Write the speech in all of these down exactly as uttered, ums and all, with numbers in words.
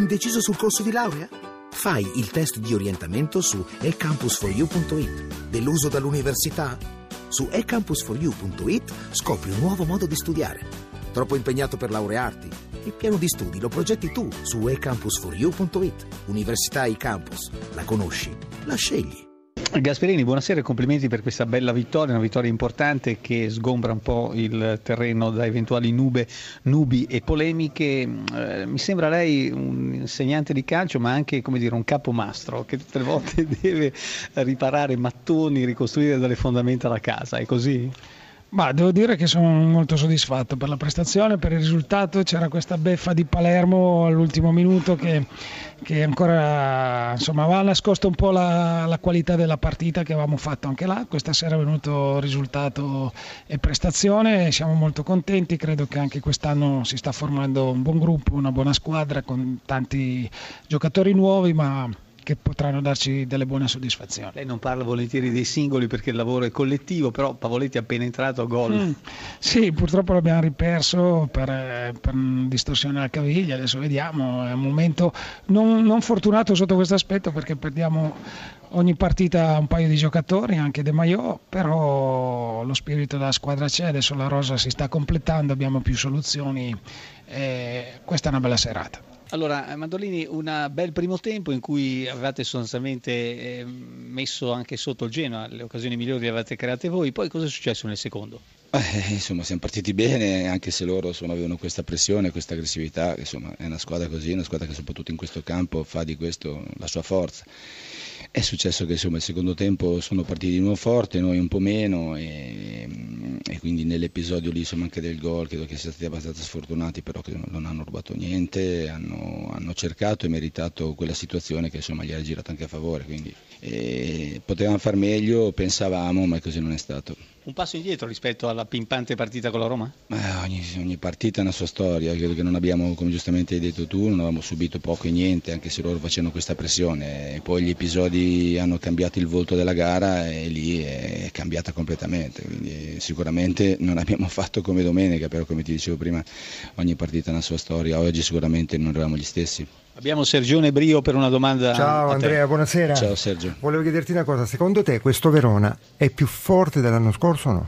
Indeciso sul corso di laurea? Fai il test di orientamento su e campus for you punto it. Deluso dall'università? Su e campus for you punto it scopri un nuovo modo di studiare. Troppo impegnato per laurearti? Il piano di studi lo progetti tu su e campus for you punto it. Università eCampus. La conosci? La scegli. Gasperini, buonasera e complimenti per questa bella vittoria, una vittoria importante che sgombra un po' il terreno da eventuali nube, nubi e polemiche. Eh, mi sembra lei un insegnante di calcio, ma anche, come dire, un capomastro che tutte le volte deve riparare mattoni, ricostruire dalle fondamenta la casa, è così? Ma devo dire che sono molto soddisfatto per la prestazione, per il risultato. C'era questa beffa di Palermo all'ultimo minuto che, che ancora insomma aveva nascosto un po' la, la qualità della partita che avevamo fatto anche là. Questa sera è venuto risultato e prestazione, siamo molto contenti, credo che anche quest'anno si sta formando un buon gruppo, una buona squadra con tanti giocatori nuovi, ma che potranno darci delle buone soddisfazioni. Lei non parla volentieri dei singoli perché il lavoro è collettivo, però Pavoletti è appena entrato a gol. Mm. Sì, purtroppo l'abbiamo riperso per, per distorsione alla caviglia, adesso vediamo, è un momento non, non fortunato sotto questo aspetto perché perdiamo ogni partita un paio di giocatori, anche De Maio, però lo spirito della squadra c'è, adesso la rosa si sta completando, abbiamo più soluzioni e questa è una bella serata. Allora, Mandolini, un bel primo tempo in cui avevate sostanzialmente eh, messo anche sotto il Genoa, le occasioni migliori le avete create voi, poi cosa è successo nel secondo? Eh, insomma, siamo partiti bene, anche se loro insomma, avevano questa pressione, questa aggressività, insomma, è una squadra così, una squadra che soprattutto in questo campo fa di questo la sua forza. È successo che insomma, il secondo tempo sono partiti di nuovo forte, noi un po' meno e, e quindi nell'episodio lì insomma, anche del gol credo che siano stati abbastanza sfortunati, però che non hanno rubato niente, hanno, hanno cercato e meritato quella situazione che insomma, gli ha girato anche a favore, quindi e, potevamo far meglio, pensavamo, ma così non è stato. Un passo indietro rispetto alla pimpante partita con la Roma? Eh, ogni, ogni partita ha una sua storia, credo che non abbiamo, come giustamente hai detto tu, non avevamo subito poco e niente, anche se loro facevano questa pressione, e poi gli episodi hanno cambiato il volto della gara e lì è cambiata completamente, quindi sicuramente non abbiamo fatto come domenica, però come ti dicevo prima ogni partita ha una sua storia, oggi sicuramente non eravamo gli stessi. Abbiamo Sergione Brio per una domanda. Ciao a Andrea, te. buonasera. Ciao Sergio. Volevo chiederti una cosa, secondo te questo Verona è più forte dell'anno scorso o no?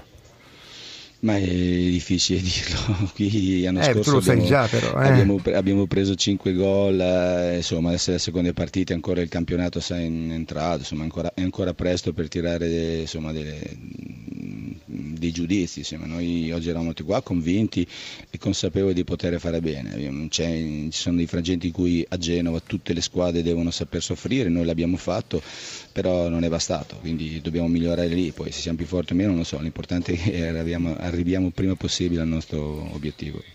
Ma è difficile dirlo, qui l'anno eh, scorso tu lo sai abbiamo, già, però, eh. abbiamo, abbiamo preso cinque gol, eh, insomma adesso è la seconda partita, ancora il campionato sta in entrato, insomma ancora, è ancora presto per tirare insomma, delle, dei giudizi, insomma. Noi oggi eravamo tutti qua convinti e consapevoli di poter fare bene, C'è, ci sono dei frangenti in cui a Genova tutte le squadre devono saper soffrire, noi l'abbiamo fatto, però non è bastato, quindi dobbiamo migliorare lì, poi se siamo più forti o meno non lo so, l'importante è che arriviamo, arriviamo il prima possibile al nostro obiettivo.